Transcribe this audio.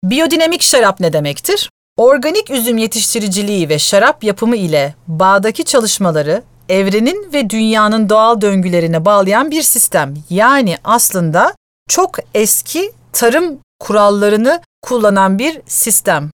Biyodinamik şarap ne demektir? Organik üzüm yetiştiriciliği ve şarap yapımı ile bağdaki çalışmaları evrenin ve dünyanın doğal döngülerine bağlayan bir sistem. Yani aslında çok eski tarım kurallarını kullanan bir sistem.